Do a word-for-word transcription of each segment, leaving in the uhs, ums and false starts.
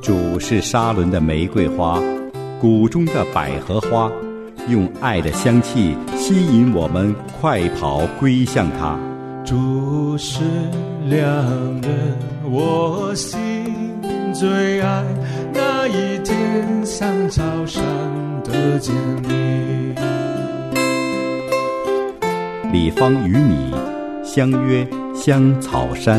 主是沙伦的玫瑰花，谷中的百合花，用爱的香气吸引我们快跑归向他。 主是良人，我心最爱，那一天像草上的坚立。 李芳与你相约香草山。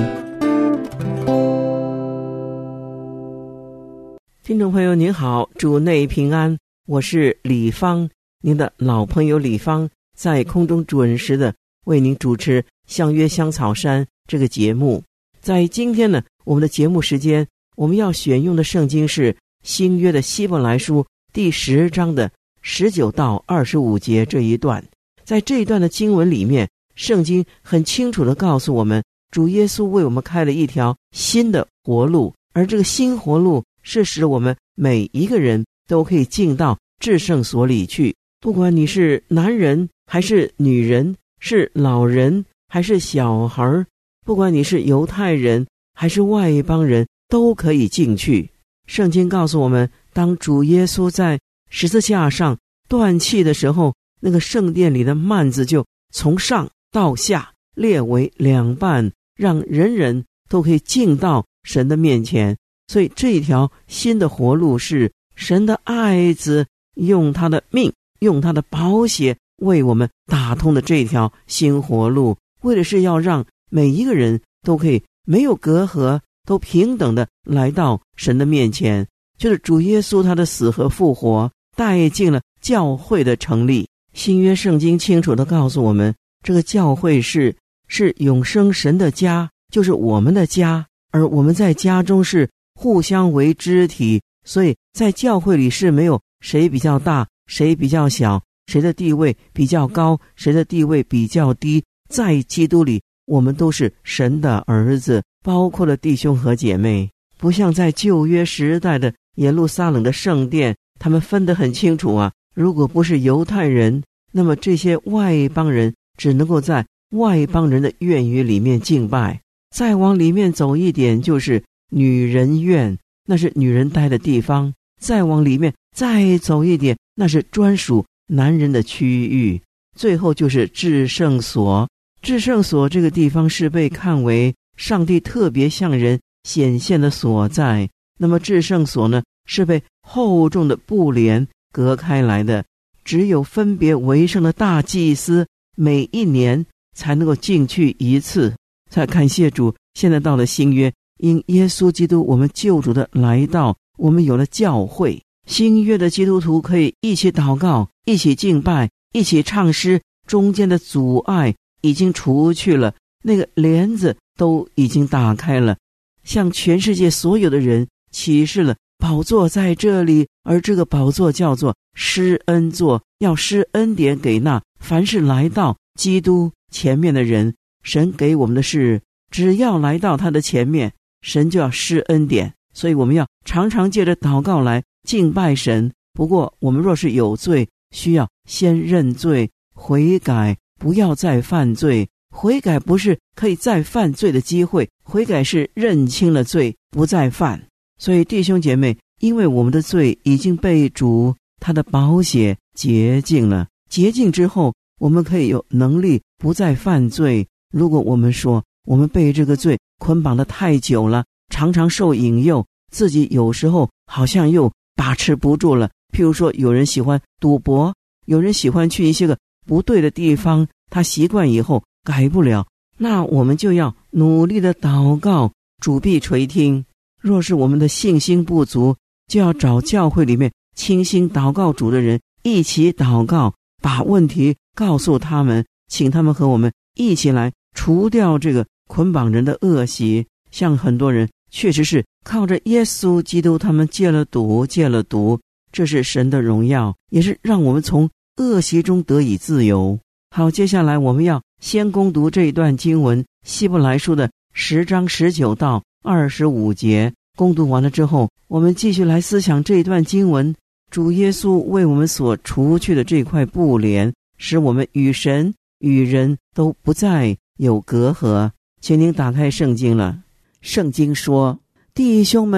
听众朋友您好，主内平安，我是李芳，您的老朋友李芳，在空中准时的为您主持相约香草山这个节目。在今天呢，我们的节目时间，我们要选用的圣经是新约的希伯来书第十章的十九到二十五节这一段。在这一段的经文里面，圣经很清楚地告诉我们，主耶稣为我们开了一条新的活路，而这个新活路是使我们每一个人都可以进到至圣所里去。不管你是男人还是女人，是老人还是小孩，不管你是犹太人还是外邦人，都可以进去。圣经告诉我们，当主耶稣在十字架上断气的时候，那个圣殿里的幔子就从上到下裂为两半，让人人都可以进到神的面前。所以这一条新的活路是神的爱子用他的命，用他的宝血为我们打通的这一条新活路，为的是要让每一个人都可以没有隔阂，都平等的来到神的面前。就是主耶稣他的死和复活带进了教会的成立。新约圣经清楚地告诉我们，这个教会是是永生神的家，就是我们的家，而我们在家中是互相为肢体，所以在教会里是没有谁比较大，谁比较小，谁的地位比较高，谁的地位比较低。在基督里，我们都是神的儿子，包括了弟兄和姐妹。不像在旧约时代的耶路撒冷的圣殿，他们分得很清楚啊，如果不是犹太人，那么这些外邦人只能够在外邦人的院宇里面敬拜。再往里面走一点，就是女人院，那是女人待的地方。再往里面再走一点，那是专属男人的区域。最后就是至圣所。至圣所这个地方是被看为上帝特别向人显现的所在。那么至圣所呢，是被厚重的布帘隔开来的，只有分别为圣的大祭司每一年才能够进去一次。再感谢主，现在到了新约，因耶稣基督我们救主的来到，我们有了教会。新约的基督徒可以一起祷告，一起敬拜，一起唱诗，中间的阻碍已经除去了，那个帘子都已经打开了，向全世界所有的人启示了宝座在这里，而这个宝座叫做施恩座，要施恩典给那凡是来到基督前面的人。神给我们的是，只要来到他的前面，神就要施恩典。所以我们要常常借着祷告来敬拜神。不过我们若是有罪，需要先认罪悔改，不要再犯罪。悔改不是可以再犯罪的机会，悔改是认清了罪，不再犯。所以弟兄姐妹，因为我们的罪已经被主他的宝血洁净了，洁净之后我们可以有能力不再犯罪。如果我们说我们被这个罪捆绑得太久了，常常受引诱，自己有时候好像又把持不住了。譬如说有人喜欢赌博，有人喜欢去一些个不对的地方，他习惯以后改不了，那我们就要努力的祷告，主必垂听。若是我们的信心不足，就要找教会里面倾心祷告主的人一起祷告，把问题告诉他们，请他们和我们一起来除掉这个捆绑人的恶习。像很多人确实是靠着耶稣基督，他们戒了毒戒了毒，这是神的荣耀，也是让我们从恶习中得以自由。好，接下来我们要先攻读这一段经文，希伯来书的十章十九到二十五节。攻读完了之后，我们继续来思想这一段经文，主耶稣为我们所除去的这块布帘，使我们与神与人都不再有隔阂。请您打开圣经了。圣经说，弟兄们，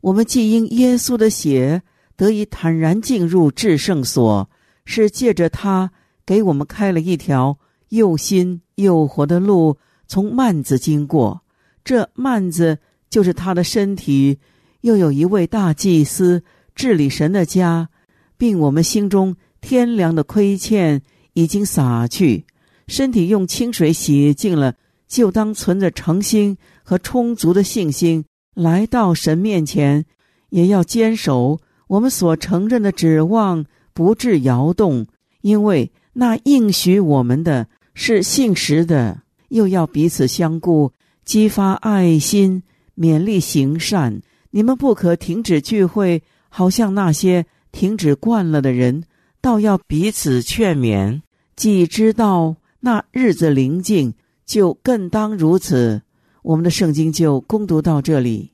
我们既因耶稣的血得以坦然进入至圣所，是借着他给我们开了一条又新又活的路，从幔子经过。这幔子就是他的身体，又有一位大祭司治理神的家，并我们心中天良的亏欠已经洒去，身体用清水洗净了，就当存着诚心和充足的信心来到神面前，也要坚守我们所承认的指望，不致摇动，因为那应许我们的是信实的。又要彼此相顾，激发爱心，勉励行善。你们不可停止聚会，好像那些停止惯了的人，倒要彼此劝勉。既知道那日子临近，就更当如此。我们的圣经就攻读到这里。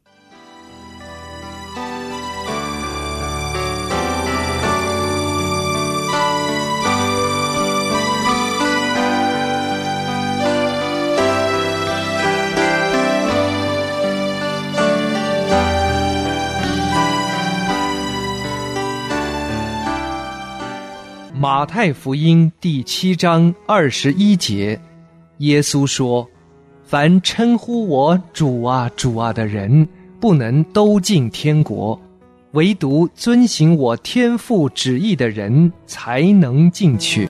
马太福音第七章二十一节，耶稣说：凡称呼我主啊主啊的人，不能都进天国，唯独遵行我天父旨意的人才能进去。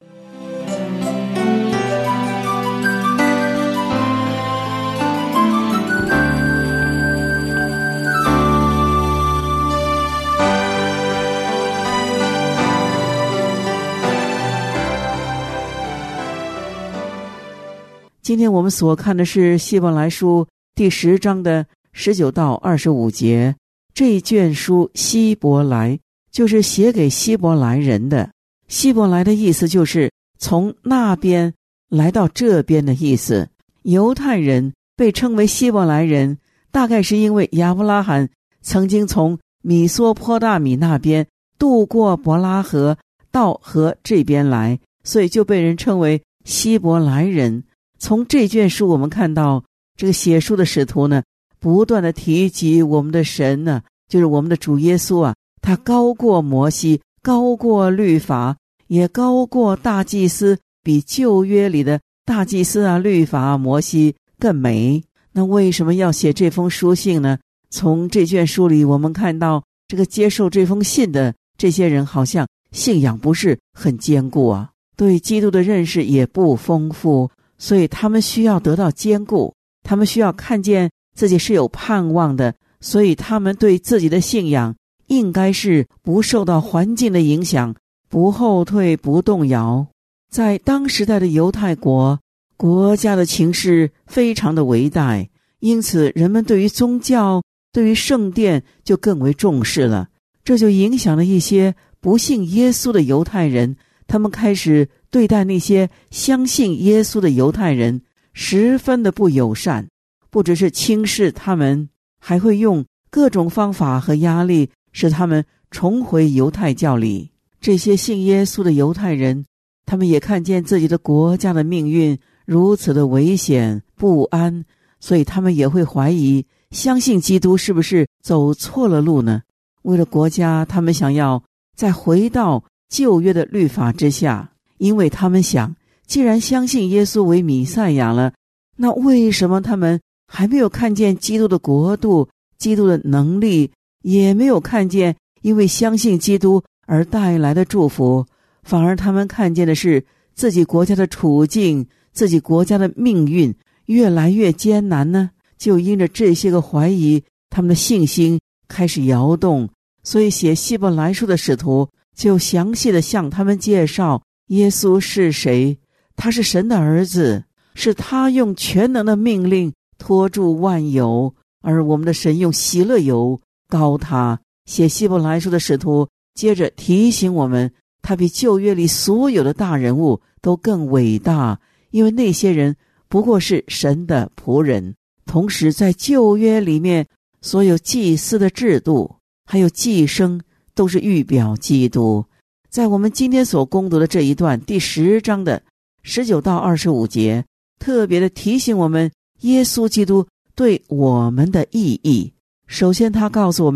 今天我们所看的是希伯来书第十章的十九到二十五节。这一卷书希伯来就是写给希伯来人的，希伯来的意思就是从那边来到这边的意思。犹太人被称为希伯来人，大概是因为亚伯拉罕曾经从米索坡大米那边渡过伯拉河到河这边来，所以就被人称为希伯来人。从这卷书我们看到，这个写书的使徒呢，不断的提及我们的神呢，就是我们的主耶稣啊，他高过摩西，高过律法，也高过大祭司，比旧约里的大祭司啊、律法啊、摩西更美。那为什么要写这封书信呢？从这卷书里我们看到，这个接受这封信的这些人好像信仰不是很坚固啊，对基督的认识也不丰富，所以他们需要得到坚固，他们需要看见自己是有盼望的，所以他们对自己的信仰应该是不受到环境的影响，不后退，不动摇。在当时代的犹太国，国家的情势非常的伟大，因此人们对于宗教，对于圣殿就更为重视了。这就影响了一些不信耶稣的犹太人，他们开始对待那些相信耶稣的犹太人十分的不友善，不只是轻视他们，还会用各种方法和压力使他们重回犹太教里。这些信耶稣的犹太人，他们也看见自己的国家的命运如此的危险不安，所以他们也会怀疑，相信基督是不是走错了路呢？为了国家，他们想要再回到旧约的律法之下，因为他们想，既然相信耶稣为弥赛亚了，那为什么他们还没有看见基督的国度，基督的能力，也没有看见因为相信基督而带来的祝福，反而他们看见的是自己国家的处境，自己国家的命运越来越艰难呢？就因着这些个怀疑，他们的信心开始摇动。所以写希伯来书的使徒就详细的向他们介绍耶稣是谁，他是神的儿子，是他用全能的命令托住万有，而我们的神用喜乐油膏他。写希伯来书的使徒接着提醒我们，他比旧约里所有的大人物都更伟大，因为那些人不过是神的仆人。同时在旧约里面，所有祭司的制度还有祭牲都是预表基督。在我们今天所攻读的这一段第十章的十九到二十五节，特别的提醒我们耶稣基督对我们的意义。首先他告诉我们，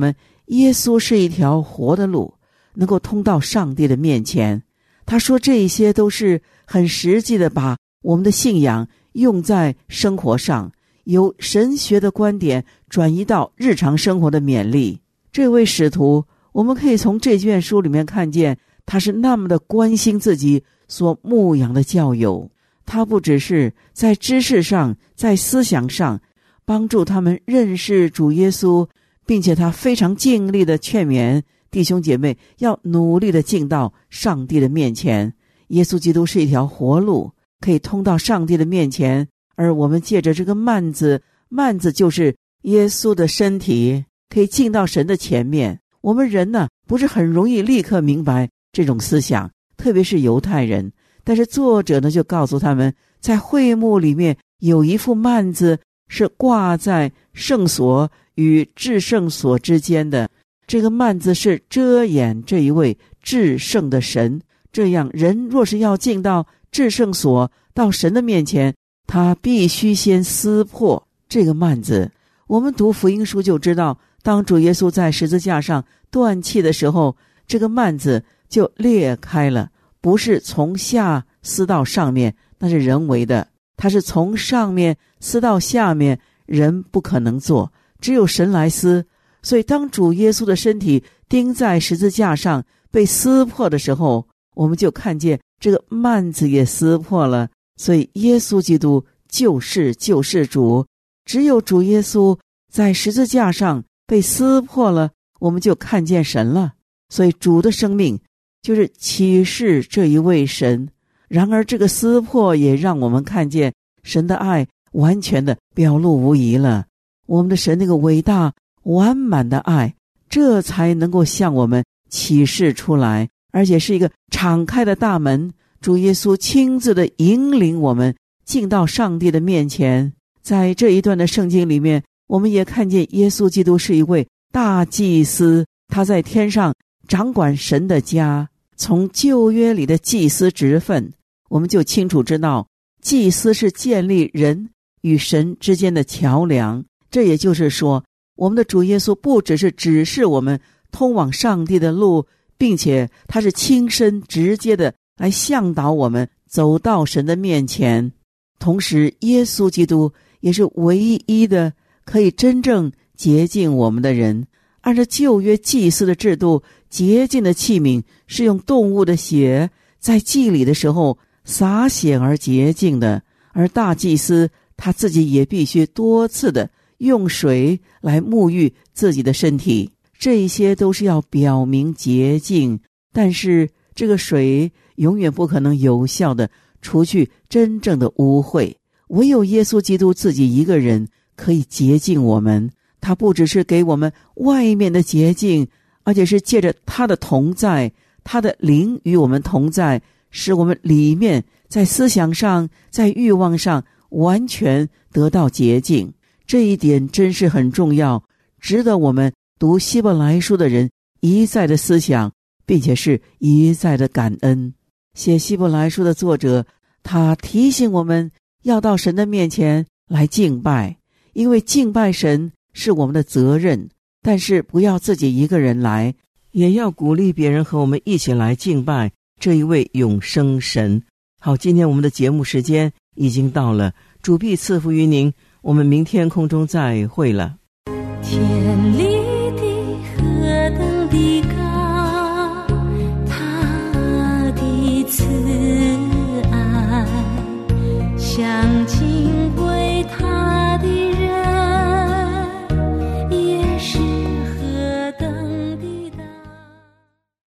耶稣是一条活的路，能够通到上帝的面前。他说这一些都是很实际的，把我们的信仰用在生活上，由神学的观点转移到日常生活的勉励。这位使徒，我们可以从这卷书里面看见，他是那么的关心自己所牧养的教友。他不只是在知识上，在思想上帮助他们认识主耶稣，并且他非常尽力的劝勉弟兄姐妹要努力的进到上帝的面前。耶稣基督是一条活路，可以通到上帝的面前，而我们借着这个幔子，幔子就是耶稣的身体，可以进到神的前面。我们人呢，不是很容易立刻明白这种思想，特别是犹太人。但是作者呢，就告诉他们，在会幕里面有一副幔子是挂在圣所与至圣所之间的，这个幔子是遮掩这一位至圣的神。这样人若是要进到至圣所，到神的面前，他必须先撕破这个幔子。我们读福音书就知道，当主耶稣在十字架上断气的时候，这个幔子就裂开了，不是从下撕到上面，那是人为的，它是从上面撕到下面，人不可能做，只有神来撕。所以当主耶稣的身体钉在十字架上被撕破的时候，我们就看见这个幔子也撕破了。所以耶稣基督就是救世主，只有主耶稣在十字架上被撕破了，我们就看见神了。所以主的生命就是启示这一位神。然而这个撕破也让我们看见神的爱完全的表露无遗了。我们的神那个伟大完满的爱，这才能够向我们启示出来，而且是一个敞开的大门。主耶稣亲自的引领我们进到上帝的面前。在这一段的圣经里面，我们也看见耶稣基督是一位大祭司，他在天上掌管神的家。从旧约里的祭司职分，我们就清楚知道，祭司是建立人与神之间的桥梁。这也就是说，我们的主耶稣不只是指示我们通往上帝的路，并且他是亲身直接的来向导我们走到神的面前。同时耶稣基督也是唯一的可以真正洁净我们的人。按照旧约祭司的制度，洁净的器皿是用动物的血，在祭礼的时候洒血而洁净的，而大祭司他自己也必须多次的用水来沐浴自己的身体。这一些都是要表明洁净，但是这个水永远不可能有效的除去真正的污秽。唯有耶稣基督自己一个人可以洁净我们。他不只是给我们外面的洁净，而且是借着他的同在，他的灵与我们同在，使我们里面在思想上，在欲望上完全得到洁净。这一点真是很重要，值得我们读希伯来书的人一再的思想，并且是一再的感恩。写希伯来书的作者，他提醒我们要到神的面前来敬拜，因为敬拜神是我们的责任，但是不要自己一个人来，也要鼓励别人和我们一起来敬拜这一位永生神。好，今天我们的节目时间已经到了，主必赐福于您，我们明天空中再会了。 天立地何等的高，